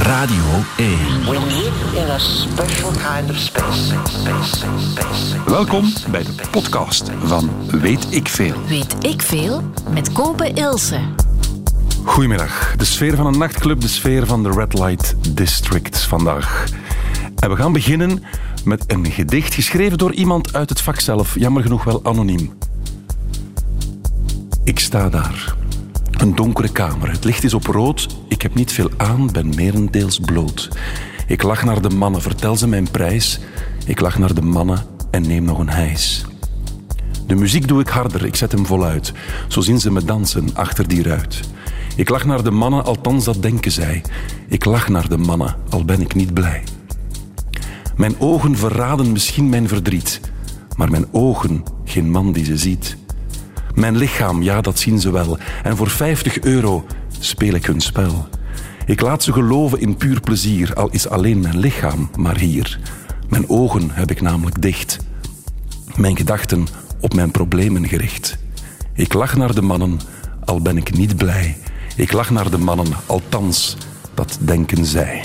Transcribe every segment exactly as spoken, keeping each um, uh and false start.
Radio één. We live in a special kind of space. Welkom bij de podcast van Weet ik Veel. Weet ik Veel met Kope Ilse. Goedemiddag. De sfeer van een nachtclub, de sfeer van de Red Light District vandaag. En we gaan beginnen met een gedicht geschreven door iemand uit het vak zelf, jammer genoeg wel anoniem. Ik sta daar. Een donkere kamer. Het licht is op rood. Ik heb niet veel aan, ben merendeels bloot. Ik lach naar de mannen, vertel ze mijn prijs. Ik lach naar de mannen en neem nog een hijs. De muziek doe ik harder, ik zet hem voluit. Zo zien ze me dansen achter die ruit. Ik lach naar de mannen, althans dat denken zij. Ik lach naar de mannen, al ben ik niet blij. Mijn ogen verraden misschien mijn verdriet. Maar mijn ogen, geen man die ze ziet. Mijn lichaam, ja, dat zien ze wel. En voor vijftig euro speel ik hun spel. Ik laat ze geloven in puur plezier, al is alleen mijn lichaam maar hier. Mijn ogen heb ik namelijk dicht. Mijn gedachten op mijn problemen gericht. Ik lach naar de mannen, al ben ik niet blij. Ik lach naar de mannen, althans, dat denken zij.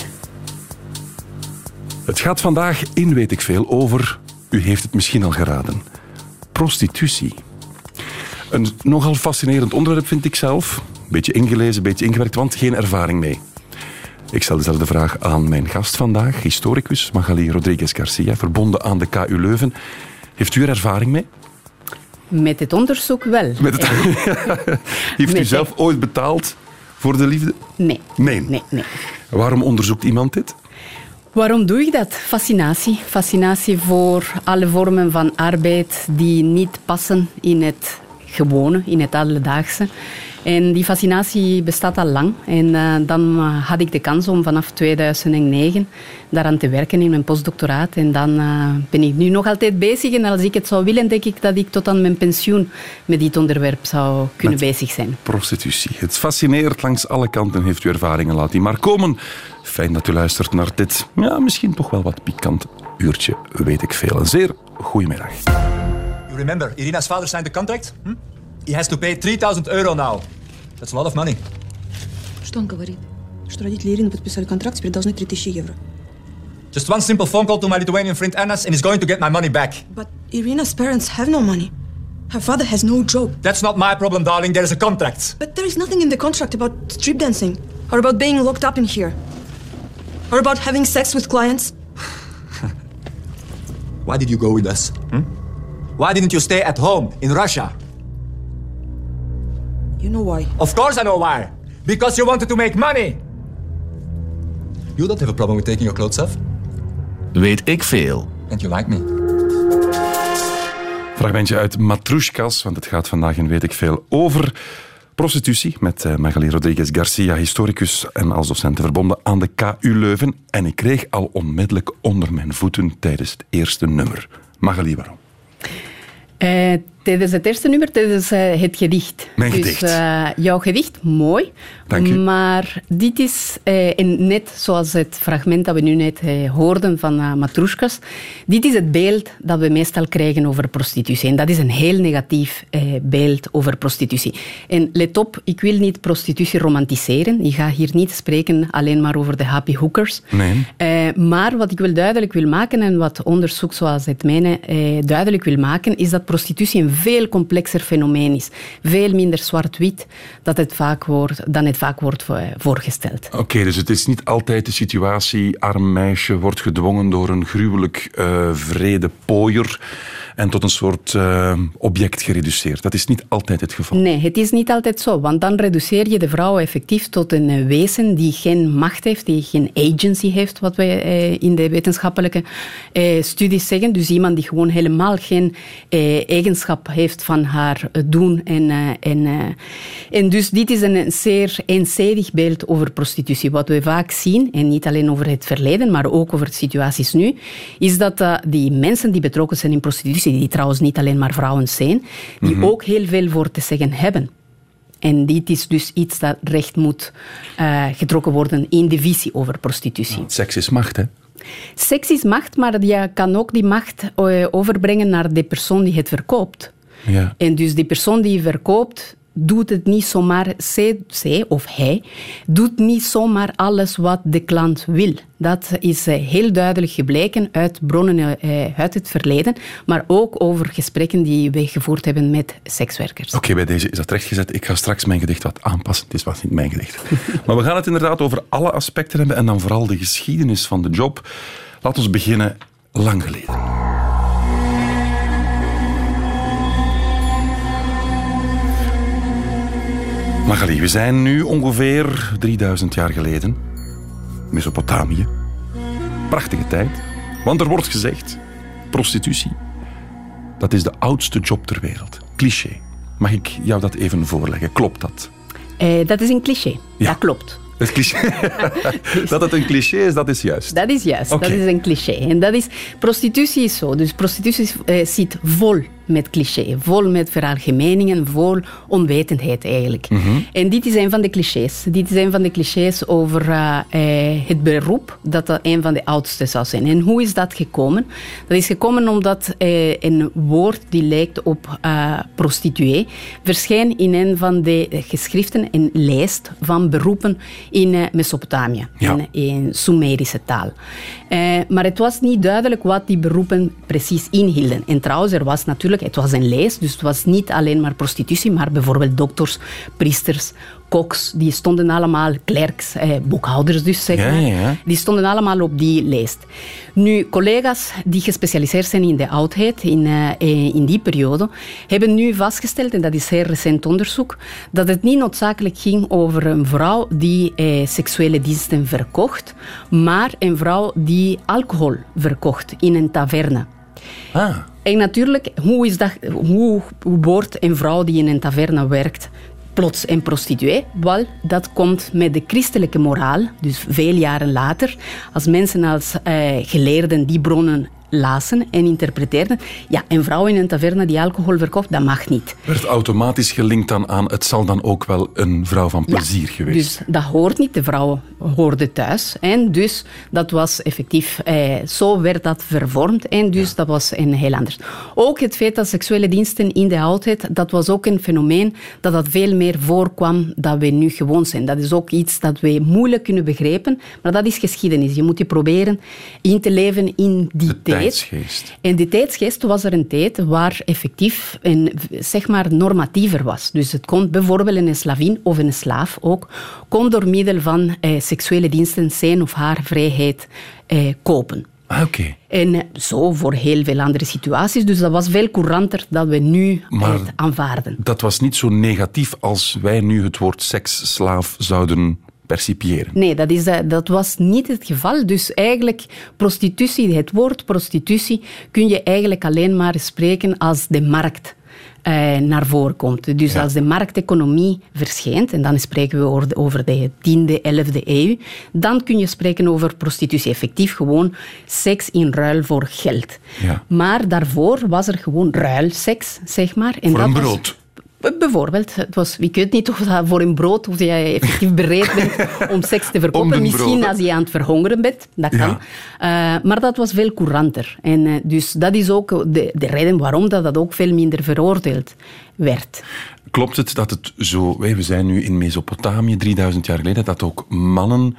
Het gaat vandaag in Weet ik Veel over, u heeft het misschien al geraden, prostitutie. Een nogal fascinerend onderwerp vind ik zelf. Een beetje ingelezen, een beetje ingewerkt, want geen ervaring mee. Ik stel dezelfde vraag aan mijn gast vandaag, historicus Magali Rodriguez Garcia, verbonden aan de K U Leuven. Heeft u er ervaring mee? Met het onderzoek wel. Met het... Heeft Met u zelf het... ooit betaald voor de liefde? Nee. Nee. nee, nee. Waarom onderzoekt iemand dit? Waarom doe ik dat? Fascinatie. Fascinatie voor alle vormen van arbeid die niet passen in het gewone, in het alledaagse. En die fascinatie bestaat al lang. En uh, dan uh, had ik de kans om vanaf tweeduizend negen daaraan te werken in mijn postdoctoraat. En dan uh, ben ik nu nog altijd bezig. En als ik het zou willen, denk ik dat ik tot aan mijn pensioen met dit onderwerp zou kunnen met bezig zijn. Prostitutie. Het fascineert langs alle kanten, heeft u ervaringen. Laat die maar komen. Fijn dat u luistert naar dit, ja, misschien toch wel wat pikant uurtje, weet ik veel. Een zeer goedemiddag. You remember, Irina's father signed the contract? Hm? He has to pay three thousand euro now. That's a lot of money. Что он говорит? Что родители Ирины подписали контракт, теперь должны три тысячи евро. Just one simple phone call to my Lithuanian friend Annas and he's going to get my money back. But Irina's parents have no money. Her father has no job. That's not my problem, darling. There is a contract. But there is nothing in the contract about strip dancing, or about being locked up in here, or about having sex with clients. Why did you go with us? Hm? Why didn't you stay at home in Russia? You know why. Of course I know why. Because you wanted to make money. You don't have a problem with taking your clothes off. Weet ik veel. And you like me. Fragmentje uit Matrushkas, want het gaat vandaag in Weet ik Veel over prostitutie met uh, Magali Rodriguez Garcia, historicus en als docent verbonden aan de K U Leuven. En ik kreeg al onmiddellijk onder mijn voeten tijdens het eerste nummer. Magali, waarom? Uh, tijdens het eerste nummer, tijdens uh, het gedicht. Mijn dus, gedicht. Uh, jouw gedicht, mooi. Dank u. Maar dit is, uh, en net zoals het fragment dat we nu net uh, hoorden van uh, Matrushkas, dit is het beeld dat we meestal krijgen over prostitutie. En dat is een heel negatief uh, beeld over prostitutie. En let op, ik wil niet prostitutie romantiseren. Ik ga hier niet spreken alleen maar over de happy hookers. Nee. Uh, maar wat ik wel duidelijk wil maken en wat onderzoek zoals het mijne uh, duidelijk wil maken, is dat prostitutie een veel complexer fenomeen is. Veel minder zwart-wit dat het vaak wordt, dan het vaak wordt voorgesteld. Oké, okay, dus het is niet altijd de situatie, arm meisje wordt gedwongen door een gruwelijk uh, vrede pooier en tot een soort uh, object gereduceerd. Dat is niet altijd het geval. Nee, het is niet altijd zo, want dan reduceer je de vrouw effectief tot een wezen die geen macht heeft, die geen agency heeft, wat wij uh, in de wetenschappelijke uh, studies zeggen. Dus iemand die gewoon helemaal geen uh, eigenschap heeft van haar doen. En, uh, en, uh, en dus dit is een zeer eenzijdig beeld over prostitutie. Wat we vaak zien, en niet alleen over het verleden, maar ook over de situaties nu, is dat uh, die mensen die betrokken zijn in prostitutie, die trouwens niet alleen maar vrouwen zijn, die mm-hmm. ook heel veel voor te zeggen hebben. En dit is dus iets dat recht moet uh, getrokken worden in de visie over prostitutie. Nou, seks is macht, hè? Seks is macht, maar je kan ook die macht uh, overbrengen naar de persoon die het verkoopt. Ja. En dus die persoon die verkoopt doet het niet zomaar, zij, zij of hij, doet niet zomaar alles wat de klant wil. Dat is heel duidelijk gebleken uit bronnen uit het verleden, maar ook over gesprekken die we gevoerd hebben met sekswerkers. Oké, okay, bij deze is dat rechtgezet. Ik ga straks mijn gedicht wat aanpassen. Het is wat niet mijn gedicht. Maar we gaan het inderdaad over alle aspecten hebben en dan vooral de geschiedenis van de job. Laten we beginnen lang geleden. Magali, we zijn nu ongeveer drieduizend jaar geleden. Mesopotamië. Prachtige tijd. Want er wordt gezegd, prostitutie, dat is de oudste job ter wereld. Cliché. Mag ik jou dat even voorleggen? Klopt dat? Eh, dat is een cliché. Ja. Dat klopt. Het cliché. Dat het een cliché is, dat is juist. Dat is juist, Okay. dat is een cliché. En dat is, prostitutie is zo. Dus prostitutie uh, zit vol met cliché, vol met veralgemeningen, vol onwetendheid eigenlijk. Mm-hmm. En dit is een van de clichés. Dit is een van de clichés over uh, uh, het beroep dat dat een van de oudste zou zijn. En hoe is dat gekomen? Dat is gekomen omdat uh, een woord die lijkt op uh, prostituee verschijnt in een van de geschriften, een lijst van beroepen in uh, Mesopotamië, ja. in, in Sumerische taal. Uh, maar het was niet duidelijk wat die beroepen precies inhielden. En trouwens, er was natuurlijk, het was een lijst, dus het was niet alleen maar prostitutie, maar bijvoorbeeld dokters, priesters, koks, die stonden allemaal, klerks, eh, boekhouders dus, zeg maar, ja, ja. die stonden allemaal op die lijst. Nu, collega's die gespecialiseerd zijn in de oudheid, in, uh, in die periode, hebben nu vastgesteld, en dat is zeer recent onderzoek, dat het niet noodzakelijk ging over een vrouw die eh, seksuele diensten verkocht, maar een vrouw die alcohol verkocht in een taverne. Ah. En natuurlijk, hoe, is dat, hoe wordt een vrouw die in een taverne werkt plots een prostituee? Wel, dat komt met de christelijke moraal, dus veel jaren later, als mensen als uh, geleerden die bronnen lazen en interpreteerden. Ja, een vrouw in een taverne die alcohol verkoopt, dat mag niet. Werd automatisch gelinkt dan aan, het zal dan ook wel een vrouw van plezier ja, geweest. Dus dat hoort niet, de vrouw hoorde thuis. En dus dat was effectief, eh, zo werd dat vervormd. En dus ja. dat was een heel anders. Ook het feit dat seksuele diensten in de oudheid, dat was ook een fenomeen dat dat veel meer voorkwam dan we nu gewoon zijn. Dat is ook iets dat we moeilijk kunnen begrijpen, maar dat is geschiedenis. Je moet je proberen in te leven in die de tijd. tijdsgeest. En die tijdsgeest was er een tijd waar effectief een, zeg maar, normatiever was. Dus het kon bijvoorbeeld een slavin of een slaaf ook, kon door middel van eh, seksuele diensten zijn of haar vrijheid eh, kopen. Ah, oké. Okay. En zo voor heel veel andere situaties. Dus dat was veel couranter dan we nu maar het aanvaarden. Dat was niet zo negatief als wij nu het woord seksslaaf zouden percipiëren. Nee, dat, is, dat was niet het geval. Dus eigenlijk prostitutie, het woord prostitutie, kun je eigenlijk alleen maar spreken als de markt Uh, naar voren komt. Dus ja. als de markteconomie verschijnt, en dan spreken we over de, over de tiende, elfde eeuw, dan kun je spreken over prostitutie. Effectief gewoon seks in ruil voor geld. Ja. Maar daarvoor was er gewoon ruilseks, zeg maar. En voor dat een was, brood? Bijvoorbeeld. Het was, ik weet niet of dat voor een brood, of je effectief bereid bent om seks te verkopen. Misschien brood, als je aan het verhongeren bent, dat kan. Ja. Uh, maar dat was veel couranter. En uh, dus dat is ook de, de reden waarom dat, dat ook veel minder veroordeeld werd. Klopt het dat het zo... We zijn nu in Mesopotamië, drieduizend jaar geleden, dat ook mannen...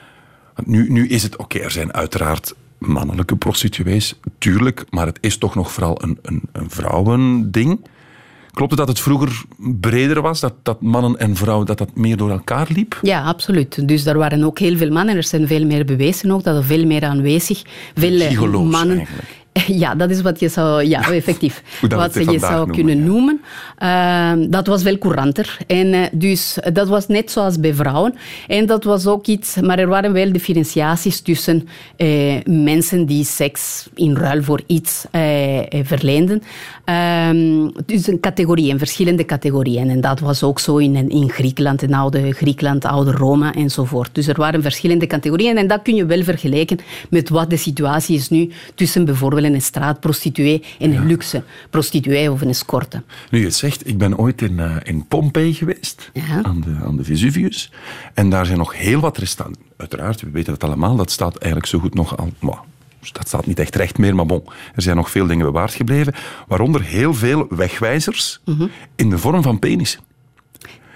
Nu, nu is het... Oké, okay, er zijn uiteraard mannelijke prostituees, tuurlijk, maar het is toch nog vooral een, een, een vrouwending. Klopt het dat het vroeger breder was? Dat, dat mannen en vrouwen dat dat meer door elkaar liep? Ja, absoluut. Dus er waren ook heel veel mannen. Er zijn veel meer bewezen ook, dat er veel meer aanwezig. Veel Gigolo's mannen. Eigenlijk. Ja, dat is wat je zou, ja, effectief, wat je zou noemen, kunnen ja. noemen. Uh, dat was wel couranter. En uh, dus dat was net zoals bij vrouwen. En dat was ook iets, maar er waren wel differentiaties tussen uh, mensen die seks in ruil voor iets uh, verleenden. Uh, dus een categorieën, verschillende categorieën. En dat was ook zo in, in Griekenland, in oude Griekenland, oude Rome enzovoort. Dus er waren verschillende categorieën en dat kun je wel vergelijken met wat de situatie is nu tussen bijvoorbeeld een straatprostituee en een ja. luxe prostituee of een escorte. Nu, je het zegt, ik ben ooit in, uh, in Pompeii geweest, ja. aan, de, aan de Vesuvius. En daar zijn nog heel wat restanten. Uiteraard, we weten het allemaal, dat staat eigenlijk zo goed nog al... Wow, dat staat niet echt recht meer, maar bon, er zijn nog veel dingen bewaard gebleven. Waaronder heel veel wegwijzers mm-hmm. in de vorm van penissen.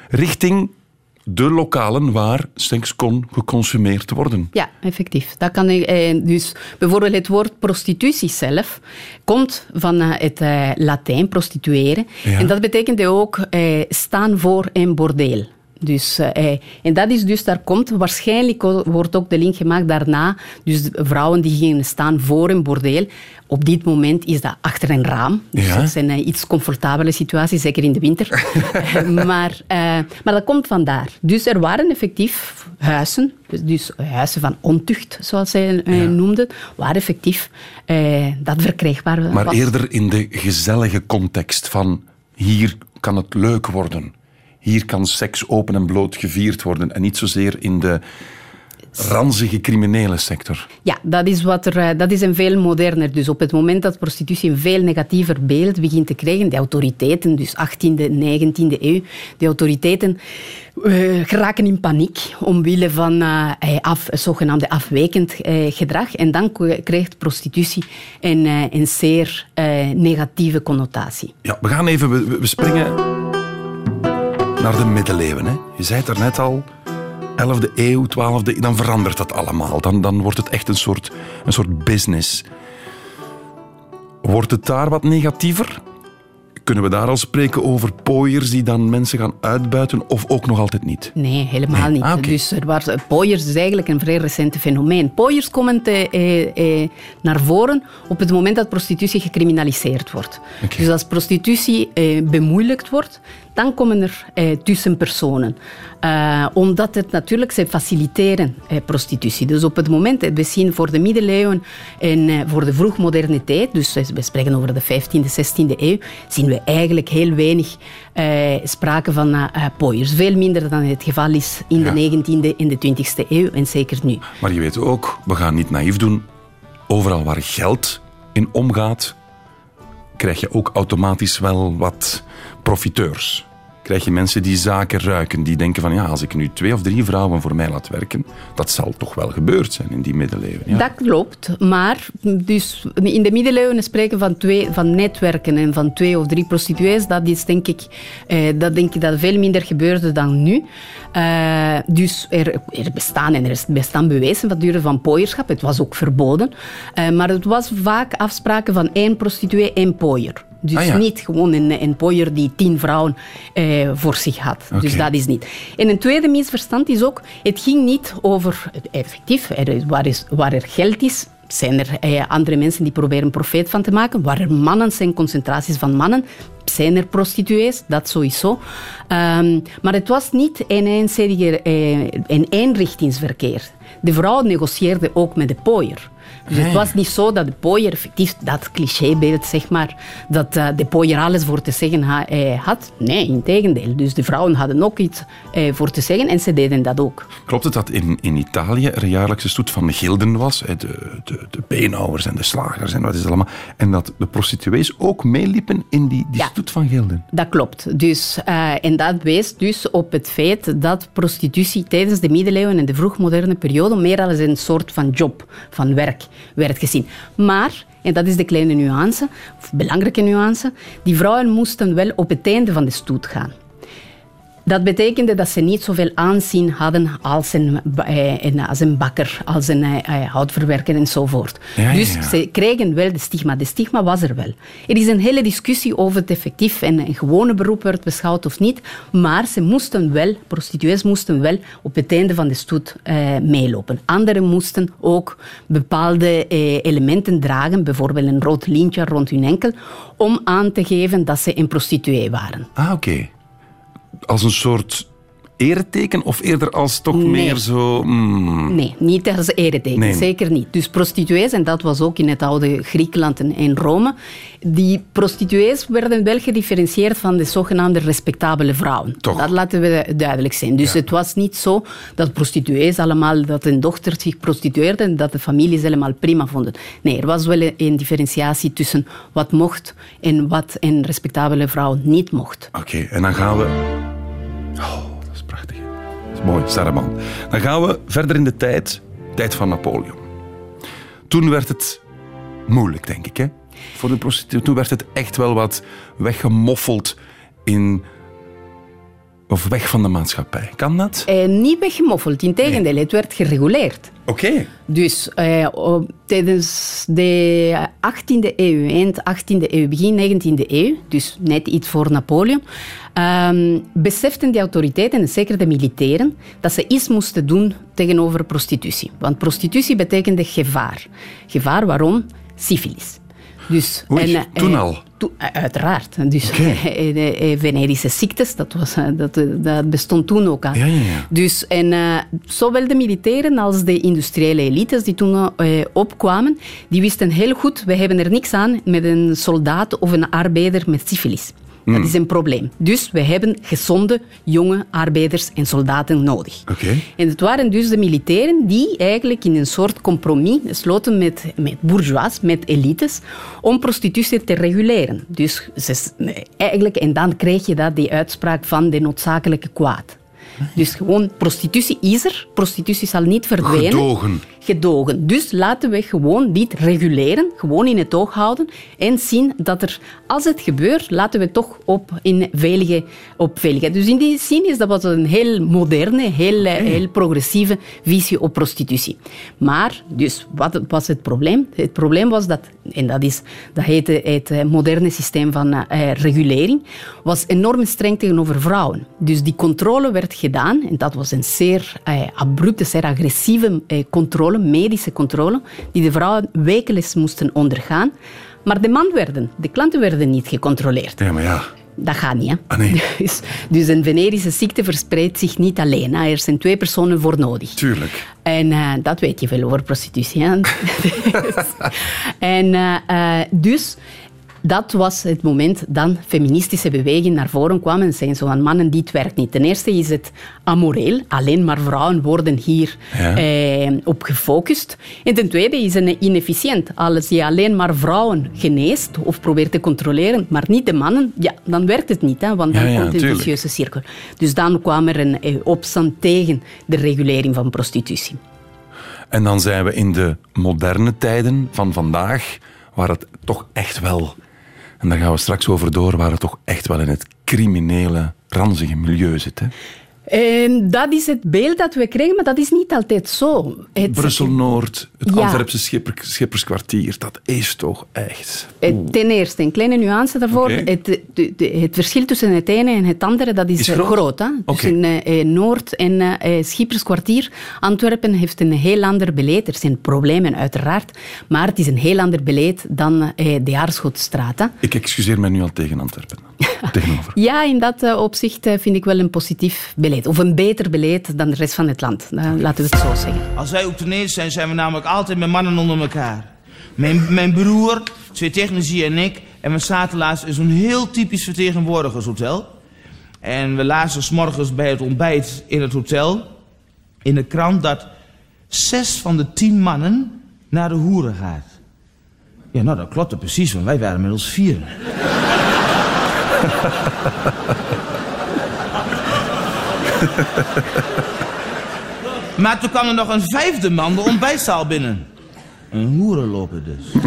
richting de lokalen waar seks kon geconsumeerd worden. Ja, effectief. Dat kan, eh, dus bijvoorbeeld het woord prostitutie zelf komt van eh, het eh, Latijn, prostitueren. Ja. En dat betekent ook eh, staan voor een bordeel. Dus, eh, en dat is dus, daar komt, waarschijnlijk wordt ook de link gemaakt daarna, dus de vrouwen die gingen staan voor een bordeel. Op dit moment is dat achter een raam. Dus Ja. dat zijn uh, iets comfortabele situaties, zeker in de winter. uh, maar, uh, maar dat komt vandaar. Dus er waren effectief huizen, dus huizen van ontucht, zoals zij uh, Ja. noemden, waar effectief uh, dat verkrijgbaar was. Maar eerder in de gezellige context van hier kan het leuk worden. Hier kan seks open en bloot gevierd worden en niet zozeer in de ranzige criminele sector. Ja, dat is, wat er, uh, dat is een veel moderner. Dus op het moment dat prostitutie een veel negatiever beeld begint te krijgen, de autoriteiten, dus achttiende, negentiende eeuw, de autoriteiten uh, geraken in paniek omwille van uh, af, zogenaamde afwijkend uh, gedrag. En dan krijgt prostitutie een, uh, een zeer uh, negatieve connotatie. Ja, we gaan even, we, we springen naar de middeleeuwen. Hè. Je zei het er net al, elfde eeuw, twaalfde eeuw, dan verandert dat allemaal. Dan, dan wordt het echt een soort, een soort business. Wordt het daar wat negatiever? Kunnen we daar al spreken over pooiers die dan mensen gaan uitbuiten of ook nog altijd niet? Nee, helemaal Nee. niet. Ah, oké. Dus er was, pooiers is eigenlijk een vrij recent fenomeen. Pooiers komen te, eh, eh, naar voren op het moment dat prostitutie gecriminaliseerd wordt. Oké. Dus als prostitutie eh, bemoeilijkt wordt, dan komen er eh, tussenpersonen. Uh, omdat het natuurlijk, ze faciliteren eh, prostitutie. Dus op het moment, we zien voor de middeleeuwen en eh, voor de vroegmoderne tijd, dus we spreken over de vijftiende, zestiende eeuw, zien we eigenlijk heel weinig uh, sprake van uh, pooiers. Veel minder dan het geval is in Ja. de negentiende en de twintigste eeuw en zeker nu. Maar je weet ook, we gaan niet naïef doen, overal waar geld in omgaat, krijg je ook automatisch wel wat profiteurs. Krijg je mensen die zaken ruiken, die denken van ja, als ik nu twee of drie vrouwen voor mij laat werken, dat zal toch wel gebeurd zijn in die middeleeuwen. Ja. Dat klopt, maar dus in de middeleeuwen spreken van, twee, van netwerken en van twee of drie prostituees, dat is denk ik, eh, dat denk ik dat veel minder gebeurde dan nu. Uh, dus er, er bestaan en er bestaan bewijzen van duren van pooierschap. Het was ook verboden, uh, maar het was vaak afspraken van één prostituee, één pooier. Dus Ah, ja. niet gewoon een, een pooier die tien vrouwen eh, voor zich had. Oké. Dus dat is niet. En een tweede misverstand is ook, het ging niet over effectief, er, waar, is, waar er geld is, zijn er eh, andere mensen die proberen profijt van te maken. Waar er mannen zijn, concentraties van mannen, zijn er prostituees, dat sowieso. Um, maar het was niet een eenzijdige eh, een eenrichtingsverkeer. De vrouw negocieerde ook met de pooier. Dus het was niet zo dat de pooier effectief dat clichébeeld, zeg maar, dat uh, de pooier alles voor te zeggen ha, eh, had. Nee, integendeel. Dus de vrouwen hadden ook iets eh, voor te zeggen en ze deden dat ook. Klopt het dat in, in Italië er een jaarlijkse stoet van gilden was? Hè, de, de, de beenhouwers en de slagers en wat is het allemaal. En dat de prostituees ook meeliepen in die, die Ja. stoet van gilden. Dat klopt. Dus, uh, en dat wijst dus op het feit dat prostitutie tijdens de middeleeuwen en de vroegmoderne periode meer als een soort van job, van werk, werd gezien. Maar, en dat is de kleine nuance, of belangrijke nuance, die vrouwen moesten wel op het einde van de stoet gaan. Dat betekende dat ze niet zoveel aanzien hadden als een, eh, als een bakker, als een eh, houtverwerker enzovoort. Ja, dus ja, ja. ze kregen wel de stigma. De stigma was er wel. Er is een hele discussie over het effectief en een gewone beroep werd beschouwd of niet, maar ze moesten wel, prostituees moesten wel op het einde van de stoet eh, meelopen. Anderen moesten ook bepaalde eh, elementen dragen, bijvoorbeeld een rood lintje rond hun enkel, om aan te geven dat ze een prostituee waren. Ah, oké. Als een soort ereteken of eerder als toch Nee. meer zo... mm, Nee, niet als ereteken, Nee. zeker niet. Dus prostituees, en dat was ook in het oude Griekenland en in Rome, die prostituees werden wel gedifferentieerd van de zogenaamde respectabele vrouwen. Toch? Dat laten we duidelijk zijn. Dus Ja. het was niet zo dat prostituees allemaal, dat een dochter zich prostitueerde en dat de families helemaal prima vonden. Nee, er was wel een, een differentiatie tussen wat mocht en wat een respectabele vrouw niet mocht. Oké, en dan gaan we... Oh, dat is prachtig. Dat is mooi, Sarreman. Dan gaan we verder in de tijd. Tijd van Napoleon. Toen werd het moeilijk, denk ik, hè? Voor de prostitutie. Toen werd het echt wel wat weggemoffeld in Of weg van de maatschappij. Kan dat? Eh, niet weggemoffeld, integendeel, nee. Het werd gereguleerd. Oké. Okay. Dus eh, op, tijdens de achttiende eeuw, eind achttiende eeuw, begin negentiende eeuw, dus net iets voor Napoleon, um, beseften de autoriteiten, en zeker de militairen, dat ze iets moesten doen tegenover prostitutie. Want prostitutie betekende gevaar. Gevaar, waarom? Syfilis. Dus, Oei, en, toen eh, al? To, uiteraard. Dus okay. de Venerische ziektes, dat, was, dat, dat bestond toen ook al. Ja, ja, ja. Dus, en, uh, zowel de militairen als de industriële elites die toen uh, opkwamen, die wisten heel goed, we hebben er niks aan met een soldaat of een arbeider met syfilis. Dat mm. is een probleem. Dus we hebben gezonde, jonge arbeiders en soldaten nodig. Okay. En het waren dus de militairen die eigenlijk in een soort compromis sloten met, met bourgeois, met elites, om prostitutie te reguleren. Dus ze, eigenlijk, en dan krijg je dat, die uitspraak van de noodzakelijke kwaad. Dus gewoon, prostitutie is er. Prostitutie zal niet verdwijnen. Gedogen. Gedogen. Dus laten we gewoon dit reguleren, gewoon in het oog houden en zien dat er, als het gebeurt, laten we toch op in veilige, op veiligheid. Dus in die zin is dat was een heel moderne, heel, okay. heel progressieve visie op prostitutie. Maar, dus, wat was het probleem? Het probleem was dat, en dat, is, dat heet het moderne systeem van uh, regulering, was enorm streng tegenover vrouwen. Dus die controle werd gedaan, en dat was een zeer uh, abrupte, zeer agressieve uh, controle, medische controle, die de vrouwen wekelijks moesten ondergaan. Maar de man werden, de klanten werden niet gecontroleerd. Ja, maar ja. Dat gaat niet, hè? Ah, nee. Dus, dus een venerische ziekte verspreidt zich niet alleen. Hè? Er zijn twee personen voor nodig. Tuurlijk. En uh, dat weet je veel over prostitutie. Hè? en uh, uh, dus... Dat was het moment dat feministische bewegingen naar voren kwamen en zeggen zo aan mannen, dit werkt niet. Ten eerste is het amoreel. Alleen maar vrouwen worden hier ja. eh, op gefocust. En ten tweede is het inefficiënt. Als je alleen maar vrouwen geneest of probeert te controleren, maar niet de mannen, ja, dan werkt het niet. Hè, want dan ja, ja, komt een vicieuze cirkel. Dus dan kwam er een eh, opstand tegen de regulering van prostitutie. En dan zijn we in de moderne tijden van vandaag, waar het toch echt wel... En daar gaan we straks over door, waar het toch echt wel in het criminele, ranzige milieu zit. Hè? En dat is het beeld dat we krijgen, maar dat is niet altijd zo. Het... Brussel-Noord, het ja. Antwerpse Schipper, Schipperskwartier, dat is toch echt... Oeh. Ten eerste, een kleine nuance daarvoor. Okay. Het, de, de, het verschil tussen het ene en het andere, dat is, is groot. groot hè? Okay. Tussen uh, Noord en uh, Schipperskwartier. Antwerpen heeft een heel ander beleid. Er zijn problemen, uiteraard. Maar het is een heel ander beleid dan uh, de Aarschotstraat. Hè? Ik excuseer mij nu al tegen Antwerpen. Tegenover. Ja, in dat uh, opzicht uh, vind ik wel een positief beleid. Of een beter beleid dan de rest van het land. Uh, laten we het zo zeggen. Als wij op toneel zijn, zijn we namelijk altijd met mannen onder elkaar. Mijn, mijn broer, twee technici en ik. En we zaten laatst in zo'n heel typisch vertegenwoordigershotel. En we lazen 's morgens bij het ontbijt in het hotel... in de krant dat zes van de tien mannen naar de hoeren gaat. Ja, nou, dat klopte precies, want wij waren met ons vieren. Maar toen kwam er nog een vijfde man de ontbijtzaal binnen. Een hoerenloper dus.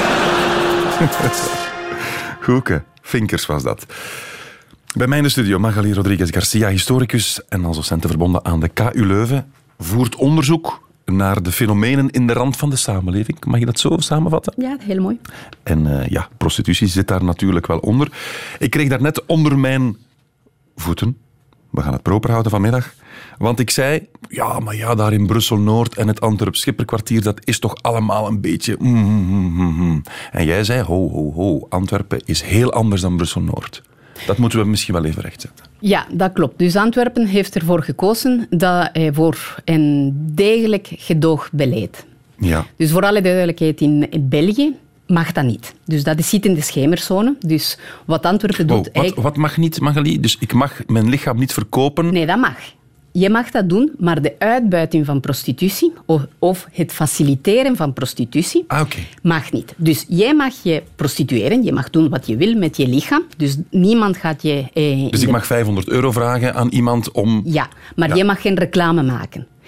Goeke, Vinkers was dat. Bij mij in de studio Magali Rodriguez Garcia, historicus en als docenten verbonden aan de K U Leuven, voert onderzoek naar de fenomenen in de rand van de samenleving. Mag je dat zo samenvatten? Ja, heel mooi. En uh, ja, prostitutie zit daar natuurlijk wel onder. Ik kreeg daar net onder mijn voeten, we gaan het proper houden vanmiddag, want ik zei, ja, maar ja, daar in Brussel-Noord en het Antwerp-Schipperkwartier, dat is toch allemaal een beetje... Mm, mm, mm, mm. En jij zei, ho, ho, ho, Antwerpen is heel anders dan Brussel-Noord. Dat moeten we misschien wel even rechtzetten. Ja, dat klopt. Dus Antwerpen heeft ervoor gekozen dat, eh, voor een degelijk gedoogbeleid. Ja. Dus voor alle duidelijkheid, in België mag dat niet. Dus dat zit in de schemerzone. Dus wat Antwerpen doet... Oh, wat, wat mag niet, Magali? Dus ik mag mijn lichaam niet verkopen? Nee, dat mag. Je mag dat doen, maar de uitbuiting van prostitutie of, of het faciliteren van prostitutie ah, okay. mag niet. Dus jij mag je prostitueren, je mag doen wat je wil met je lichaam. Dus niemand gaat je... Eh, dus ik de... mag vijfhonderd euro vragen aan iemand om... Ja, maar ja. je mag geen reclame maken.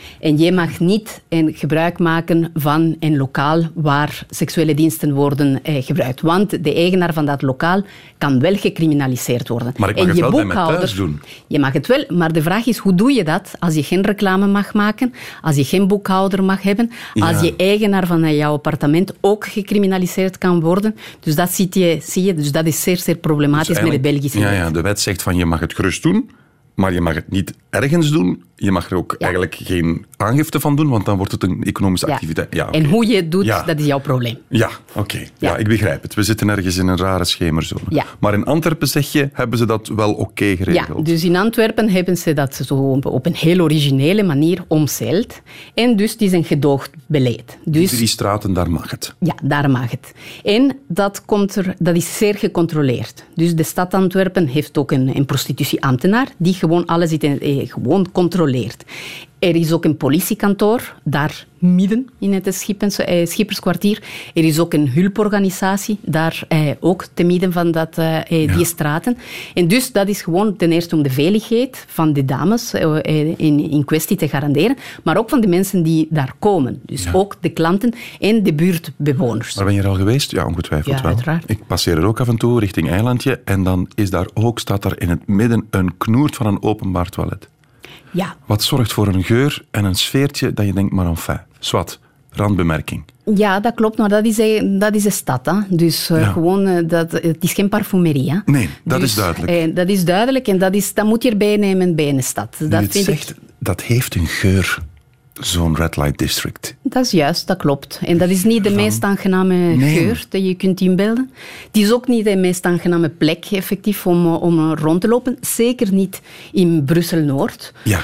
En je mag niet een gebruik maken van een lokaal waar seksuele diensten worden eh, gebruikt. Want de eigenaar van dat lokaal kan wel gecriminaliseerd worden. Maar ik mag en het je wel bij mij thuis doen. Je mag het wel, maar de vraag is, hoe doe je dat als je geen reclame mag maken, als je geen boekhouder mag hebben, Ja. als je eigenaar van jouw appartement ook gecriminaliseerd kan worden. Dus dat zie je, zie je. Dus dat is zeer, zeer problematisch Dus met de eigenlijk- Belgische ja, wet. ja, de wet zegt van je mag het gerust doen, maar je mag het niet ergens doen. Je mag er ook Ja. eigenlijk geen aangifte van doen, want dan wordt het een economische Ja. activiteit. Ja, oké. En hoe je het doet, Ja. dat is jouw probleem. Ja, oké. Ja. Ja. ik begrijp het. We zitten ergens in een rare schemerzone. Ja. Maar in Antwerpen, zeg je, hebben ze dat wel oké geregeld. Ja, dus in Antwerpen hebben ze dat zo op een heel originele manier omzeild. En dus het is een gedoogd beleid. Dus Drie straten, daar mag het. ja, daar mag het. En dat, komt er, dat is zeer gecontroleerd. Dus de stad Antwerpen heeft ook een, een prostitutieambtenaar die gewoon alles in, eh, gewoon controleert. Er is ook een politiekantoor, daar midden in het Schippens, eh, Schipperskwartier. Er is ook een hulporganisatie, daar eh, ook te midden van dat, eh, eh, die Ja. straten. En dus dat is gewoon ten eerste om de veiligheid van de dames eh, eh, in, in kwestie te garanderen, maar ook van de mensen die daar komen. Dus Ja. ook de klanten en de buurtbewoners. Maar ben je er al geweest? Ja, ongetwijfeld Ja, wel. uiteraard. Ik passeer er ook af en toe richting Eilandje en dan is daar ook, staat daar in het midden een knoert van een openbaar toilet. Ja, Wat zorgt voor een geur en een sfeertje dat je denkt, maar enfin, zwart, randbemerking. ja, dat klopt, maar dat is, eh, dat is de stad. Hè. Dus eh, Ja. gewoon, eh, dat, het is geen parfumerie. Hè. Nee, dat Dus, is duidelijk. eh, dat is duidelijk en dat, is, dat moet je erbij nemen bij een stad. Nu Dat, het vind zegt, ik, dat heeft een geur, zo'n red light district. dat is juist, dat klopt. En dat is niet de meest aangename Nee. geur die je kunt inbeelden. Het is ook niet de meest aangename plek effectief om, eh, om eh, rond te lopen. Zeker niet in Brussel-Noord. Ja.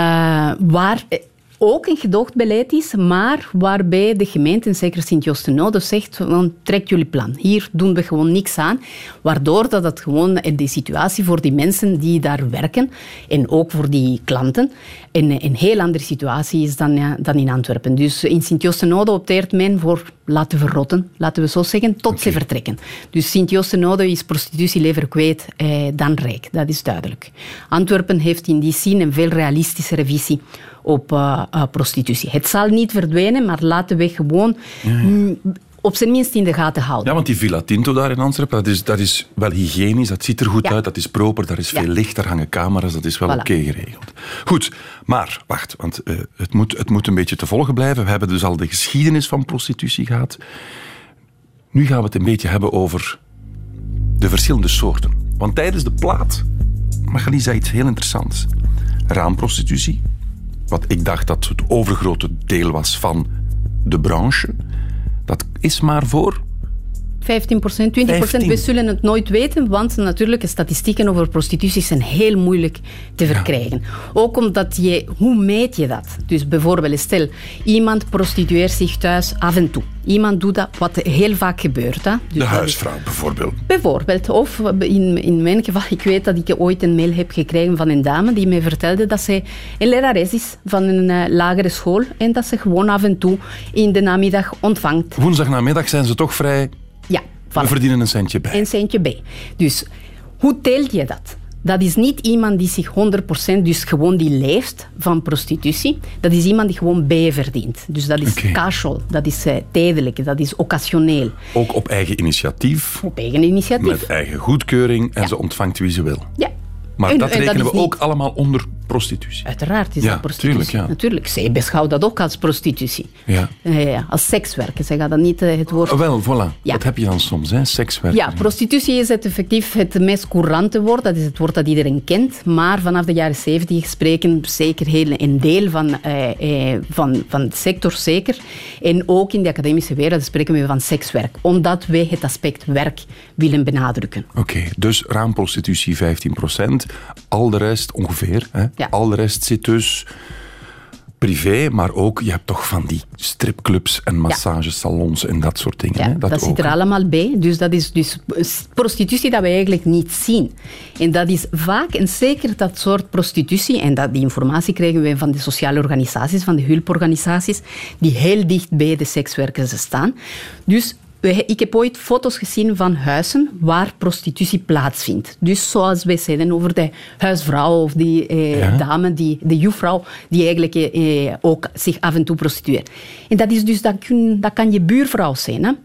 Eh, waar eh, ook een gedoogd beleid is, maar waarbij de gemeente, en zeker Sint-Joost-de-Noode, zegt, van, trek jullie plan. Hier doen we gewoon niks aan. Waardoor dat het gewoon de situatie voor die mensen die daar werken, en ook voor die klanten, een, een heel andere situatie is dan, ja, dan in Antwerpen. Dus in Sint-Joost-de-Noode opteert men voor laten verrotten, laten we zo zeggen, tot ze vertrekken. Dus Sint-Joost-de-Noode is prostitutie liever kwijt eh, dan rijk, dat is duidelijk. Antwerpen heeft in die zin een veel realistischere visie op uh, uh, prostitutie. Het zal niet verdwijnen, maar laten we gewoon mm, op zijn minst in de gaten houden. Ja, want die Villa Tinto daar in Antwerpen, dat is, dat is wel hygiënisch, dat ziet er goed Ja. uit, dat is proper, daar is Ja. veel licht, daar hangen camera's, dat is wel Voilà. oké geregeld. Goed, maar wacht, want uh, het, moet, het moet een beetje te volgen blijven. We hebben dus al de geschiedenis van prostitutie gehad. Nu gaan we het een beetje hebben over de verschillende soorten. Want tijdens de plaat, Magali zei iets heel interessants. Raamprostitutie, wat ik dacht dat het overgrote deel was van de branche, dat is maar voor... vijftien procent, twintig procent, we vijftien. zullen het nooit weten, want natuurlijk, de statistieken over prostitutie zijn heel moeilijk te verkrijgen. Ook omdat je, hoe meet je dat? Dus bijvoorbeeld, stel, iemand prostitueert zich thuis af en toe. Iemand doet dat, wat heel vaak gebeurt. Hè? Dus De dat is- huisvrouw bijvoorbeeld. Bijvoorbeeld, of in, in mijn geval, ik weet dat ik ooit een mail heb gekregen van een dame die mij vertelde dat zij een lerares is van een uh, lagere school en dat ze gewoon af en toe in de namiddag ontvangt. Woensdagnamiddag zijn ze toch vrij... Ja, We voilà. verdienen een centje bij. Een centje bij. Dus hoe telt je dat? Dat is niet iemand die zich honderd procent, dus gewoon die leeft van prostitutie. Dat is iemand die gewoon bij verdient. Dus dat is Oké. casual, dat is uh, tijdelijk, dat is occasioneel. Ook op eigen initiatief, Op eigen initiatief. met eigen goedkeuring en Ja. ze ontvangt wie ze wil. Ja. Maar En- dat en rekenen is we ook niet- allemaal onder prostitutie. Uiteraard is Ja, dat prostitutie. tuurlijk, ja. Natuurlijk. Zij beschouwt dat ook als prostitutie. Ja. Ja, ja, als sekswerken. Zij gaat dat niet uh, het woord... Oh, wel, voilà. Ja. Dat heb je dan soms, hè? Sekswerk. Ja, prostitutie is het effectief het meest courante woord. Dat is het woord dat iedereen kent. Maar vanaf de jaren zeventig spreken zeker heel een deel van, eh, eh, van, van de sector zeker. En ook in de academische wereld spreken we van sekswerk. Omdat wij het aspect werk willen benadrukken. Oké, dus raamprostitutie vijftien procent. Al de rest ongeveer. Hè? Ja. Al de rest zit dus privé, maar ook, je hebt toch van die stripclubs en massagesalons en dat soort dingen. Ja, hè? dat, ook, zit er hè? allemaal bij. Dus dat is dus prostitutie dat we eigenlijk niet zien. En dat is vaak, en zeker dat soort prostitutie, en dat, die informatie krijgen we van de sociale organisaties, van de hulporganisaties, die heel dicht bij de sekswerkers staan. Dus We, ik heb ooit foto's gezien van huizen waar prostitutie plaatsvindt. Dus zoals wij zeiden over de huisvrouw of die eh, ja. dame, die, de juffrouw, die eigenlijk eh, ook zich af en toe prostitueert. En dat is dus, dat, kun, dat kan je buurvrouw zijn. Hè?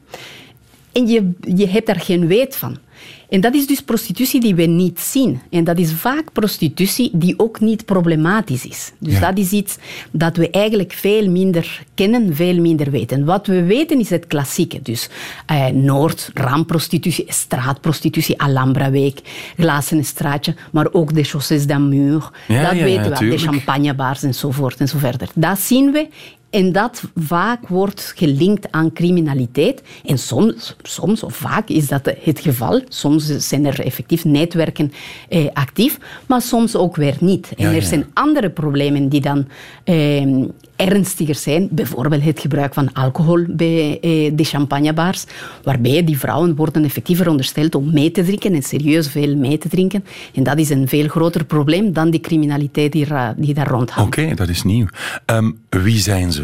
En je, je hebt daar geen weet van. En dat is dus prostitutie die we niet zien. En dat is vaak prostitutie die ook niet problematisch is. Dus ja. dat is iets dat we eigenlijk veel minder kennen, veel minder weten. Wat we weten is het klassieke. Dus eh, Noord, raamprostitutie, straatprostitutie, Alhambraweek, glazen straatje, maar ook de chaussées d'Amur. Ja, dat ja, weten ja, we, de champagnebars enzovoort enzoverder. Dat zien we. En dat vaak wordt gelinkt aan criminaliteit. En soms, soms of vaak is dat het geval. Soms zijn er effectief netwerken eh, actief, maar soms ook weer niet. En ja, ja. er zijn andere problemen die dan eh, ernstiger zijn. Bijvoorbeeld het gebruik van alcohol bij eh, de champagnebars, waarbij die vrouwen worden effectief verondersteld om mee te drinken en serieus veel mee te drinken. En dat is een veel groter probleem dan die criminaliteit die, die daar rondhangt. Oké, okay, dat is nieuw. Um, wie zijn ze?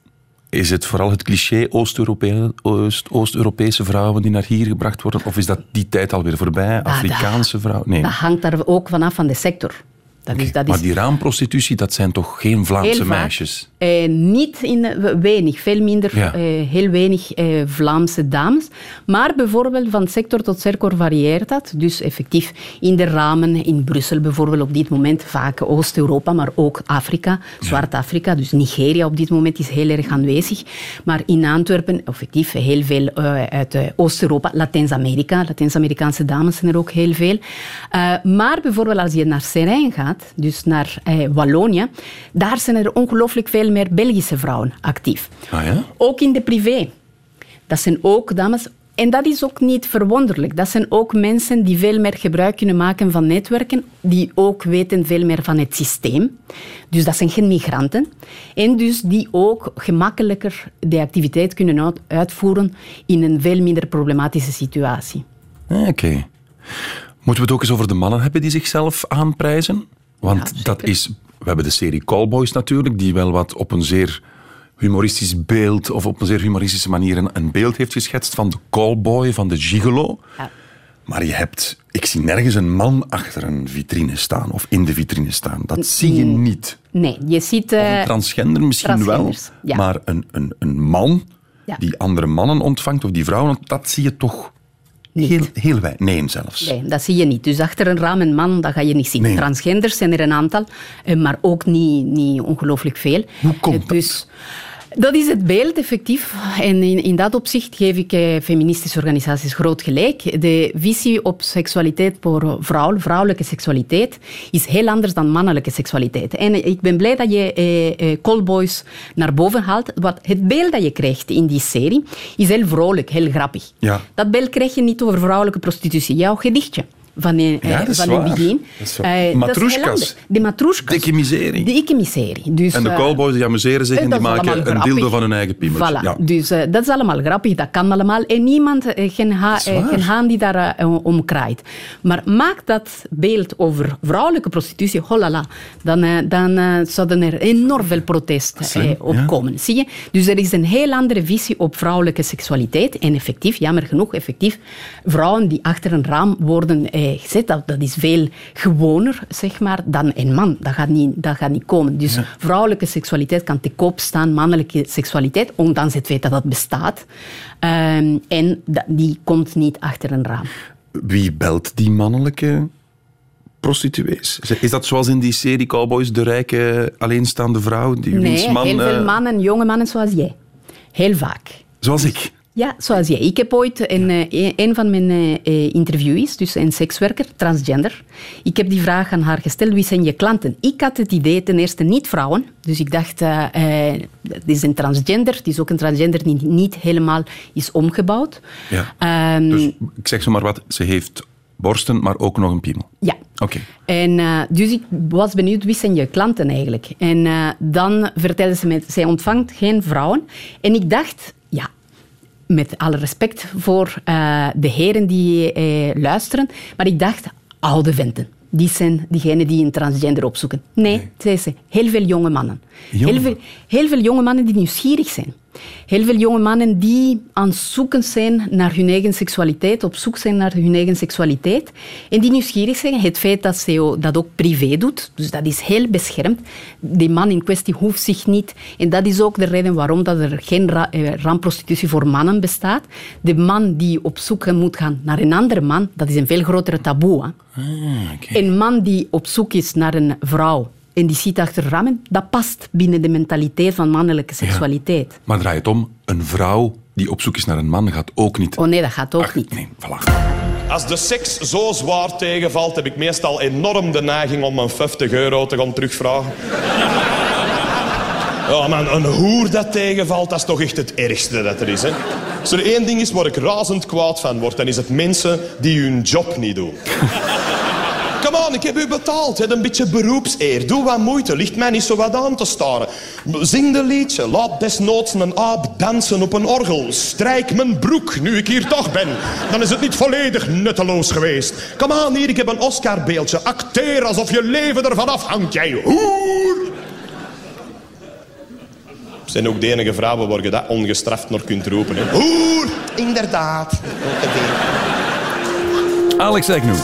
Is het vooral het cliché Oost-Europese, Oost-Europese vrouwen die naar hier gebracht worden? Of is dat die tijd alweer voorbij? Afrikaanse vrouwen? Nee. Dat hangt daar ook vanaf van de sector. Dat okay. is, dat maar is die raamprostitutie, dat zijn toch geen Vlaamse meisjes? Eh, niet in, weinig, veel minder, ja. eh, heel weinig eh, Vlaamse dames. Maar bijvoorbeeld van sector tot sector varieert dat. Dus effectief in de ramen, in Brussel bijvoorbeeld op dit moment, vaak Oost-Europa, maar ook Afrika, Zwart-Afrika. Dus Nigeria op dit moment is heel erg aanwezig. Maar in Antwerpen, effectief heel veel uh, uit uh, Oost-Europa, Latijns-Amerika. Latijns-Amerikaanse dames zijn er ook heel veel. Uh, maar bijvoorbeeld als je naar Serijn gaat, dus naar eh, Wallonië, daar zijn er ongelooflijk veel meer Belgische vrouwen actief. Ah, ja? Ook in de privé. Dat zijn ook dames. En dat is ook niet verwonderlijk. Dat zijn ook mensen die veel meer gebruik kunnen maken van netwerken, die ook weten veel meer van het systeem. Dus dat zijn geen migranten. En dus die ook gemakkelijker de activiteit kunnen uitvoeren in een veel minder problematische situatie. Oké. Okay. Moeten we het ook eens over de mannen hebben die zichzelf aanprijzen? Want ja, dat is... We hebben de serie Callboys natuurlijk, die wel wat op een zeer humoristisch beeld of op een zeer humoristische manier een, een beeld heeft geschetst van de callboy, van de gigolo. Ja. Maar je hebt... Ik zie nergens een man achter een vitrine staan of in de vitrine staan. Dat zie je niet. Nee, je ziet... Uh, of een transgender misschien wel, ja. maar een, een, een man ja. die andere mannen ontvangt of die vrouwen, dat zie je toch... Niet. Heel, heel weinig. Nee, zelfs. Nee, dat zie je niet. Dus achter een raam een man, dat ga je niet zien. Nee. Transgenders zijn er een aantal, maar ook niet, niet ongelooflijk veel. Hoe komt dat? Dus, dat is het beeld, effectief. En in, in dat opzicht geef ik eh, feministische organisaties groot gelijk. De visie op seksualiteit voor vrouw, vrouwelijke seksualiteit, is heel anders dan mannelijke seksualiteit. En ik ben blij dat je eh, eh, Callboys naar boven haalt. Wat het beeld dat je krijgt in die serie is heel vrolijk, heel grappig. Ja. Dat beeld krijg je niet over vrouwelijke prostitutie. Jouw gedichtje. Van een, ja, van een begin. Uh, Matroeskas. De matroeskas. Dikke miserie. Dikke miserie. Dus, en de callboys die amuseren zich en die maken een dildo van hun eigen piemel. Voilà. Ja. Dus uh, dat is allemaal grappig, dat kan allemaal. En niemand, uh, geen, ha- uh, geen haan die daar uh, om kraait. Maar maak dat beeld over vrouwelijke prostitutie, holala, dan, uh, dan uh, zouden er enorm veel protesten uh, opkomen. Ja. Zie je? Dus er is een heel andere visie op vrouwelijke seksualiteit. En effectief, jammer genoeg, effectief, vrouwen die achter een raam worden... Uh, gezet. Dat, dat is veel gewoner, zeg maar, dan een man. Dat gaat niet, dat gaat niet komen. Dus ja. vrouwelijke seksualiteit kan te koop staan, mannelijke seksualiteit, ondanks het feit dat dat bestaat. Um, en dat, die komt niet achter een raam. Wie belt die mannelijke prostituees? Is dat zoals in die serie Cowboys, de rijke alleenstaande vrouw? Die nee, man, heel veel uh... mannen, jonge mannen zoals jij. Heel vaak. Zoals ik? Ja, zoals jij. Ik heb ooit een, een, een van mijn uh, interviewees, dus een sekswerker, transgender. Ik heb die vraag aan haar gesteld, wie zijn je klanten? Ik had het idee, ten eerste niet vrouwen. Dus ik dacht, uh, uh, het is een transgender. Het is ook een transgender die niet helemaal is omgebouwd. Ja. Um, dus ik zeg zomaar wat, ze heeft borsten, maar ook nog een piemel. Ja. Oké. Okay. En uh, dus ik was benieuwd, wie zijn je klanten eigenlijk? En uh, dan vertelde ze me, zij ontvangt geen vrouwen. En ik dacht, ja... Met alle respect voor uh, de heren die uh, luisteren. Maar ik dacht, oude venten. Die zijn diegenen die een transgender opzoeken. Nee, nee. zei ze. Heel veel jonge mannen. Jonge. Heel, veel, heel veel jonge mannen die nieuwsgierig zijn. Heel veel jonge mannen die aan het zoeken zijn naar hun eigen seksualiteit, op zoek zijn naar hun eigen seksualiteit, en die nieuwsgierig zijn. Het feit dat ze dat ook privé doet, dus dat is heel beschermd. Die man in kwestie hoeft zich niet, en dat is ook de reden waarom dat er geen ra- eh, raamprostitutie voor mannen bestaat. De man die op zoek moet gaan naar een andere man, dat is een veel grotere taboe. Hè? Ah, okay. Een man die op zoek is naar een vrouw en die zit achter ramen, dat past binnen de mentaliteit van mannelijke seksualiteit. Ja. Maar draai het om, een vrouw die op zoek is naar een man gaat ook niet... Oh nee, dat gaat ook Ach, niet. Nee, voilà. Als de seks zo zwaar tegenvalt, heb ik meestal enorm de neiging om mijn vijftig euro te gaan terugvragen. Ja, man, een hoer dat tegenvalt, dat is toch echt het ergste dat er is, hè? Als er één ding is waar ik razend kwaad van word, dan is het mensen die hun job niet doen. Kom aan, ik heb u betaald. He, een beetje beroepseer. Doe wat moeite. Ligt mij niet zo wat aan te staren. Zing de liedje. Laat desnoods een aap dansen op een orgel. Strijk mijn broek, nu ik hier toch ben. Dan is het niet volledig nutteloos geweest. Kom aan hier, ik heb een Oscarbeeldje. Acteer alsof je leven ervan afhangt, jij hoer. Zijn ook de enige vrouwen waar je dat ongestraft nog kunt roepen. He. Hoer, inderdaad. Alex Agnew.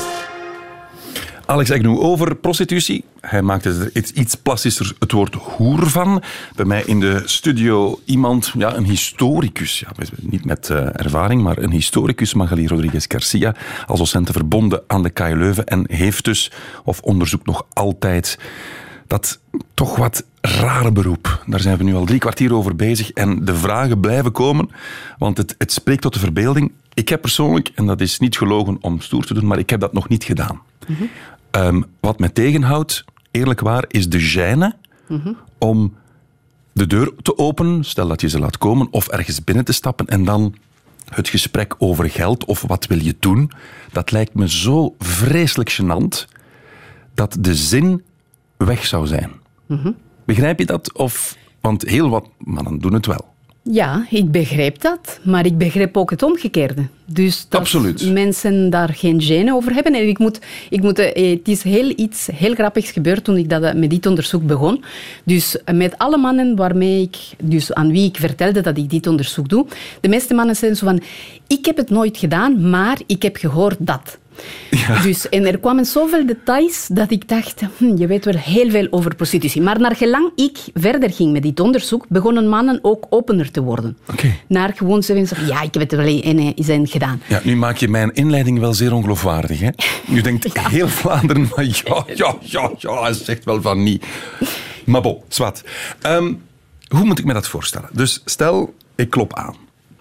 Alex Agnew over prostitutie. Hij maakte er iets, iets plastischer het woord hoer van. Bij mij in de studio iemand, ja, een historicus. Ja, niet met uh, ervaring, maar een historicus, Magali Rodriguez Garcia, als docenten verbonden aan de K U Leuven en heeft dus, of onderzoekt nog altijd, dat toch wat rare beroep. Daar zijn we nu al drie kwartier over bezig en de vragen blijven komen, want het, het spreekt tot de verbeelding. Ik heb persoonlijk, en dat is niet gelogen om stoer te doen, maar ik heb dat nog niet gedaan. Mm-hmm. Um, wat mij tegenhoudt, eerlijk waar, is de gêne mm-hmm. om de deur te openen, stel dat je ze laat komen, of ergens binnen te stappen en dan het gesprek over geld of wat wil je doen. Dat lijkt me zo vreselijk gênant dat de zin weg zou zijn. Mm-hmm. Begrijp je dat? Of, want heel wat mannen doen het wel. Ja, ik begrijp dat, maar ik begrijp ook het omgekeerde. Dus dat Absoluut. Mensen daar geen gêne over hebben. En ik moet, ik moet, het is heel iets heel grappigs gebeurd toen ik dat, met dit onderzoek begon. Dus met alle mannen waarmee ik, dus aan wie ik vertelde dat ik dit onderzoek doe, de meeste mannen zijn zo van, ik heb het nooit gedaan, maar ik heb gehoord dat. Ja. Dus, en er kwamen zoveel details dat ik dacht, hm, je weet wel heel veel over prostitutie. Maar naar gelang ik verder ging met dit onderzoek, begonnen mannen ook opener te worden. Okay. Naar gewoon zo van, ja, ik heb het wel eens gedaan. Ja, nu maak je mijn inleiding wel zeer ongeloofwaardig. Hè? Je denkt ja. heel Vlaanderen, maar ja, ja, ja, ja, hij zegt wel van niet. Maar bon, zwart. Um, hoe moet ik me dat voorstellen? Dus stel, ik klop aan.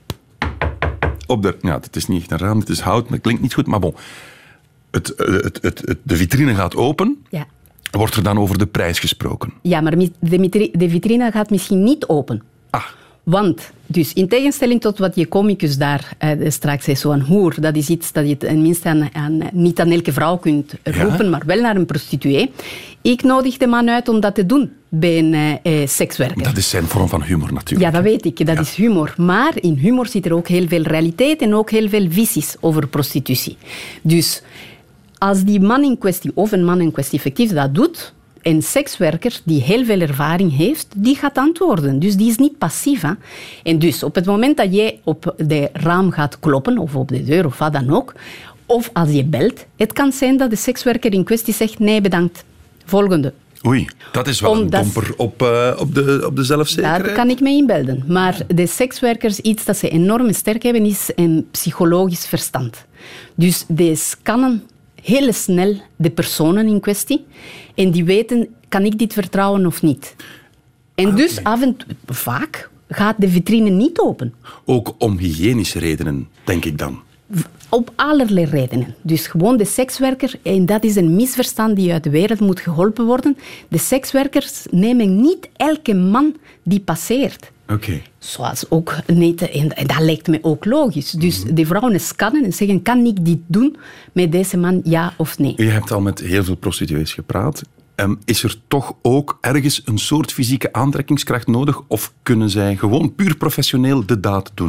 Op de, ja, het is niet echt een raam, het is hout, maar het klinkt niet goed, maar bon. Het, het, het, het, de vitrine gaat open. Ja. Wordt er dan over de prijs gesproken? Ja, maar de, de vitrine gaat misschien niet open. Ah. Want, dus in tegenstelling tot wat je comicus daar uh, straks zei, zo'n hoer, dat is iets dat je tenminste aan, aan, niet aan elke vrouw kunt roepen, ja? maar wel naar een prostituee. Ik nodig de man uit om dat te doen bij een uh, uh, sekswerker. Dat is zijn vorm van humor natuurlijk. Ja, dat weet ik, dat ja. is humor. Maar in humor zit er ook heel veel realiteit en ook heel veel visies over prostitutie. Dus als die man in kwestie, of een man in kwestie effectief dat doet, een sekswerker die heel veel ervaring heeft, die gaat antwoorden. Dus die is niet passief. Hè? En dus op het moment dat jij op de raam gaat kloppen, of op de deur, of wat dan ook, of als je belt, het kan zijn dat de sekswerker in kwestie zegt, nee, bedankt. Volgende. Oei, dat is wel Omdat, een domper op, uh, op, de, op de zelfzekerheid. Daar kan ik mee inbeelden. Maar de sekswerkers, iets dat ze enorm sterk hebben, is een psychologisch verstand. Dus die scannen heel snel de personen in kwestie. En die weten, kan ik dit vertrouwen of niet? En ah, dus nee. af en toe, vaak gaat de vitrine niet open. Ook om hygiënische redenen, denk ik dan. Op allerlei redenen. Dus gewoon de sekswerker, en dat is een misverstand die uit de wereld moet geholpen worden. De sekswerkers nemen niet elke man die passeert. Okay. Zoals ook niet, en dat lijkt me ook logisch. Dus mm-hmm. de vrouwen scannen en zeggen, kan ik dit doen met deze man, ja of nee? Je hebt al met heel veel prostituees gepraat. Um, is er toch ook ergens een soort fysieke aantrekkingskracht nodig? Of kunnen zij gewoon puur professioneel de daad doen? Ja,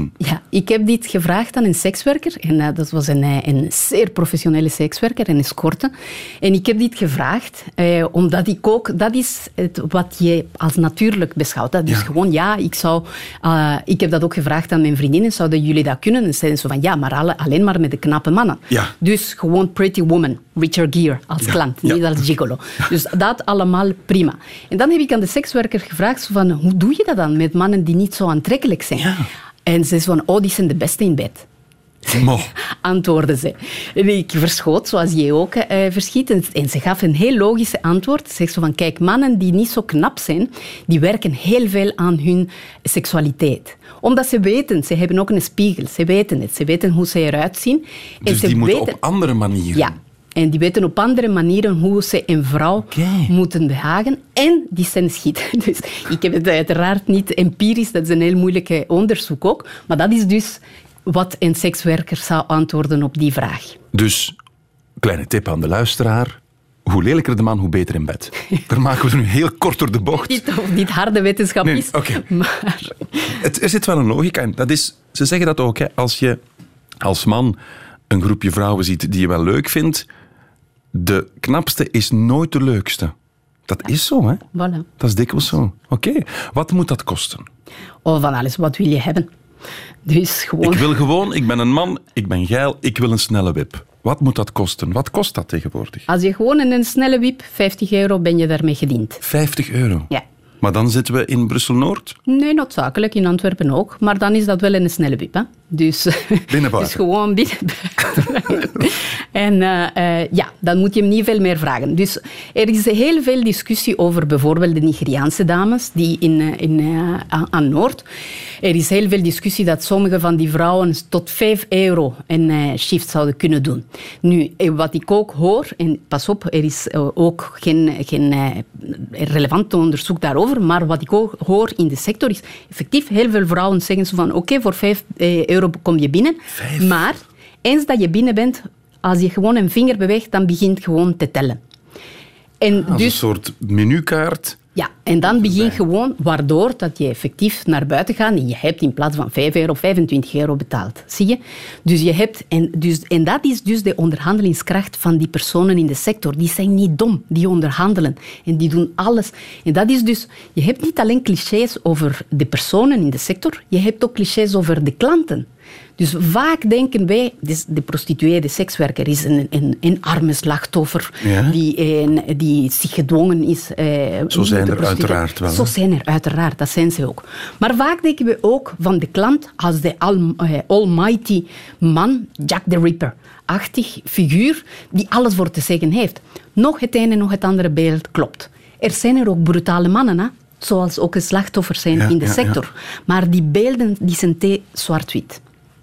ik heb dit gevraagd aan een sekswerker. En uh, dat was een, een zeer professionele sekswerker, een escorte. En ik heb dit gevraagd, uh, omdat ik ook... Dat is het, wat je als natuurlijk beschouwt. Dat is ja. gewoon, ja, ik zou... Uh, ik heb dat ook gevraagd aan mijn vriendinnen. Zouden jullie dat kunnen? En zeiden ze van, ja, maar alle, alleen maar met de knappe mannen. Ja. Dus gewoon Pretty Woman, Richard Gere als ja. klant, niet ja. als gigolo. Dus dat allemaal prima. En dan heb ik aan de sekswerker gevraagd, zo van, hoe doe je dat dan met mannen die niet zo aantrekkelijk zijn? Ja. En ze zei van, oh, die zijn de beste in bed. Mo. Antwoordde ze. En ik verschoot, zoals jij ook uh, verschiet. En, en ze gaf een heel logische antwoord. Ze zegt zo van, kijk, mannen die niet zo knap zijn, die werken heel veel aan hun seksualiteit. Omdat ze weten, ze hebben ook een spiegel. Ze weten het. Ze weten hoe ze eruit zien. Dus en ze die moeten weten, op andere manieren... Ja. En die weten op andere manieren hoe ze een vrouw okay. moeten behagen. En die zijn schiet. Dus ik heb het uiteraard niet empirisch. Dat is een heel moeilijk onderzoek ook. Maar dat is dus wat een sekswerker zou antwoorden op die vraag. Dus, kleine tip aan de luisteraar. Hoe lelijker de man, hoe beter in bed. Daar maken we er nu heel kort door de bocht. Niet of niet harde wetenschap nee, is. Okay. Maar... Het, er zit wel een logica in. Dat is, ze zeggen dat ook. Hè. Als je als man een groepje vrouwen ziet die je wel leuk vindt, de knapste is nooit de leukste. Dat ja. is zo, hè? Voilà. Dat is dikwijls zo. Oké. Okay. Wat moet dat kosten? Oh, van alles. Wat wil je hebben? Dus gewoon... Ik wil gewoon, ik ben een man, ik ben geil, ik wil een snelle wip. Wat moet dat kosten? Wat kost dat tegenwoordig? Als je gewoon in een snelle wip, vijftig euro, ben je daarmee gediend. vijftig euro? Ja. Maar dan zitten we in Brussel-Noord? Nee, noodzakelijk. In Antwerpen ook. Maar dan is dat wel een snelle wip. Hè? Dus, binnenbuiten? Dus gewoon binnenbuiten. En uh, uh, ja, dan moet je hem niet veel meer vragen. Dus er is heel veel discussie over bijvoorbeeld de Nigeriaanse dames die in, in, uh, aan Noord. Er is heel veel discussie dat sommige van die vrouwen tot vijf euro een uh, shift zouden kunnen doen. Nu, wat ik ook hoor, en pas op, er is uh, ook geen, geen uh, relevant onderzoek daarover, maar wat ik ook hoor in de sector is effectief heel veel vrouwen zeggen zo van oké, okay, voor vijf euro kom je binnen, Vijf. maar eens dat je binnen bent, als je gewoon een vinger beweegt, dan begint gewoon te tellen. En Als dus, een soort menukaart. Ja, en dan begin gewoon, waardoor dat je effectief naar buiten gaat en je hebt in plaats van vijf euro, vijfentwintig euro betaald. Zie je? Dus je hebt, en, dus, en dat is dus de onderhandelingskracht van die personen in de sector. Die zijn niet dom, die onderhandelen. En die doen alles. En dat is dus, je hebt niet alleen clichés over de personen in de sector, je hebt ook clichés over de klanten. Dus vaak denken wij, de prostituee, de sekswerker, is een, een, een arme slachtoffer ja. die, een, die zich gedwongen is. Eh, Zo zijn er uiteraard wel. Zo zijn er uiteraard, dat zijn ze ook. Maar vaak denken we ook van de klant als de al, uh, almighty man, Jack the Ripper-achtig figuur, die alles voor te zeggen heeft. Nog het ene, nog het andere beeld klopt. Er zijn er ook brutale mannen, hè? Zoals ook slachtoffers zijn ja, in de ja, sector. Ja. Maar die beelden die zijn te zwart-wit.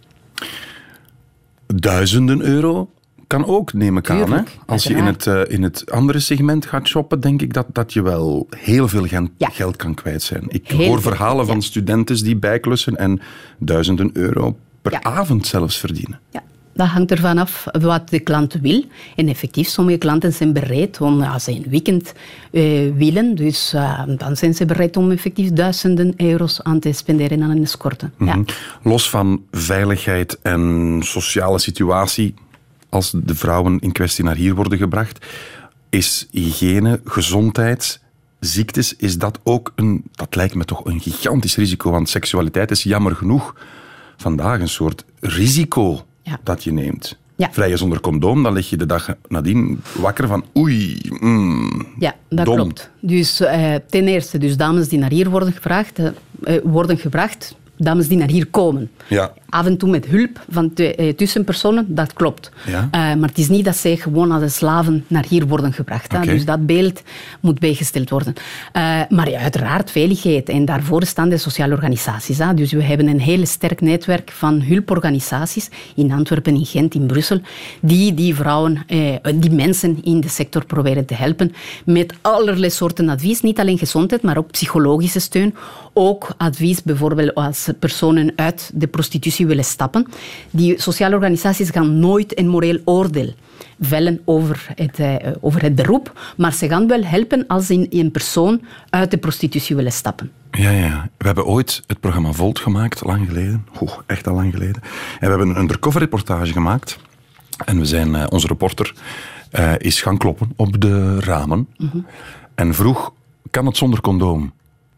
Duizenden euro kan ook, neem ik aan. Hè? Als je in het, uh, in het andere segment gaat shoppen, denk ik dat, dat je wel heel veel gen- ja. geld kan kwijt zijn. Ik heel hoor verhalen veel, van ja. studenten die bijklussen en duizenden euro per ja. avond zelfs verdienen. Ja. Dat hangt ervan af wat de klant wil. En effectief, sommige klanten zijn bereid om, als ze een weekend uh, willen, dus uh, dan zijn ze bereid om effectief duizenden euro's aan te spenderen aan een escorte. Mm-hmm. Ja. Los van veiligheid en sociale situatie, als de vrouwen in kwestie naar hier worden gebracht, is hygiëne, gezondheid, ziektes, is dat ook een, dat lijkt me toch een gigantisch risico, want seksualiteit is jammer genoeg vandaag een soort risico. Ja. Dat je neemt. Ja. Vrijen zonder condoom, dan lig je de dag nadien wakker van oei, mm, Ja, dat dom. klopt. Dus uh, ten eerste, dus dames die naar hier worden gebracht, uh, uh, worden gebracht, dames die naar hier komen. Ja. Af en toe met hulp van t- uh, tussenpersonen, dat klopt. Ja. Uh, maar het is niet dat zij gewoon als slaven naar hier worden gebracht. Hè? Okay. Dus dat beeld moet bijgesteld worden. Uh, maar ja, uiteraard veiligheid. En daarvoor staan de sociale organisaties. Hè? Dus we hebben een heel sterk netwerk van hulporganisaties in Antwerpen, in Gent, in Brussel, die die vrouwen, uh, die mensen in de sector proberen te helpen met allerlei soorten advies. Niet alleen gezondheid, maar ook psychologische steun. Ook advies bijvoorbeeld als personen uit de prostitutie willen stappen. Die sociale organisaties gaan nooit een moreel oordeel vellen over het, uh, over het beroep, maar ze gaan wel helpen als een, een persoon uit de prostitutie willen stappen. Ja, ja. We hebben ooit het programma Volt gemaakt, lang geleden. Oeh, echt al lang geleden. En we hebben een undercover-reportage gemaakt. En we zijn, uh, onze reporter uh, is gaan kloppen op de ramen. Mm-hmm. En vroeg, kan het zonder condoom?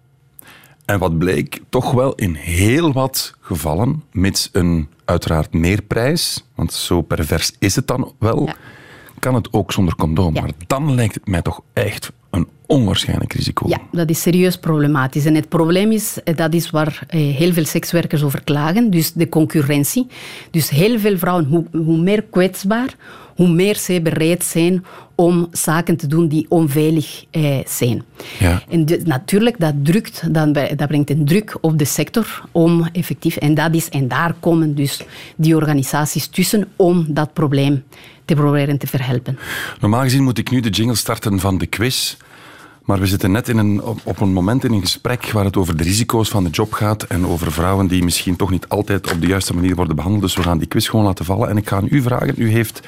En wat bleek, toch wel in heel wat gevallen, mits een uiteraard meerprijs, want zo pervers is het dan wel, ja. kan het ook zonder condoom. Ja. Maar dan lijkt het mij toch echt een onwaarschijnlijk risico. Ja, dat is serieus problematisch. En het probleem is, dat is waar heel veel sekswerkers over klagen, dus de concurrentie. Dus heel veel vrouwen, hoe, hoe meer kwetsbaar, hoe meer ze bereid zijn om zaken te doen die onveilig eh, zijn. Ja. En de, natuurlijk, dat, drukt, dat, dat brengt een druk op de sector om effectief... En, dat is, en daar komen dus die organisaties tussen om dat probleem te proberen te verhelpen. Normaal gezien moet ik nu de jingle starten van de quiz. Maar we zitten net in een, op een moment in een gesprek waar het over de risico's van de job gaat en over vrouwen die misschien toch niet altijd op de juiste manier worden behandeld. Dus we gaan die quiz gewoon laten vallen. En ik ga aan u vragen, u heeft...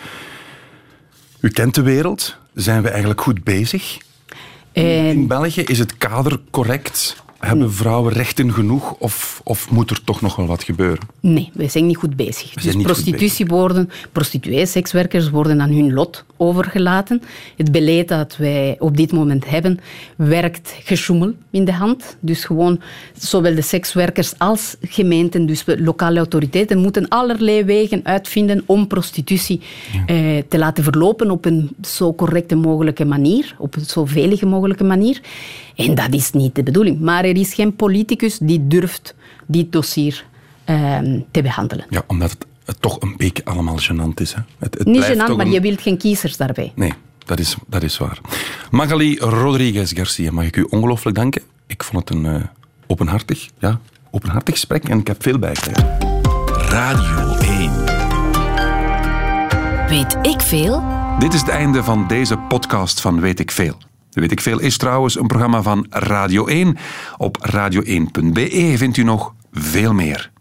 U kent de wereld. Zijn we eigenlijk goed bezig? Uh, in België is het kader correct? Hebben vrouwen rechten genoeg of, of moet er toch nog wel wat gebeuren? Nee, we zijn niet goed bezig. Dus prostitutie worden, prostituees, sekswerkers worden aan hun lot overgelaten. Het beleid dat wij op dit moment hebben, werkt gesjoemel in de hand. Dus gewoon, zowel de sekswerkers als gemeenten, dus lokale autoriteiten, moeten allerlei wegen uitvinden om prostitutie ja. eh, te laten verlopen op een zo correcte mogelijke manier, op een zo veilige mogelijke manier. En dat is niet de bedoeling. Maar er is geen politicus die durft dit dossier uh, te behandelen. Ja, omdat het, het toch een beetje allemaal gênant is. Hè? Het, het niet gênant, maar een... je wilt geen kiezers daarbij. Nee, dat is, dat is waar. Magali Rodriguez Garcia, mag ik u ongelooflijk danken. Ik vond het een uh, openhartig, ja, openhartig gesprek en ik heb veel bijgeleerd. Radio één. Weet ik veel? Dit is het einde van deze podcast van Weet ik veel. Weet ik veel is trouwens een programma van Radio één. Op radio één punt be vindt u nog veel meer.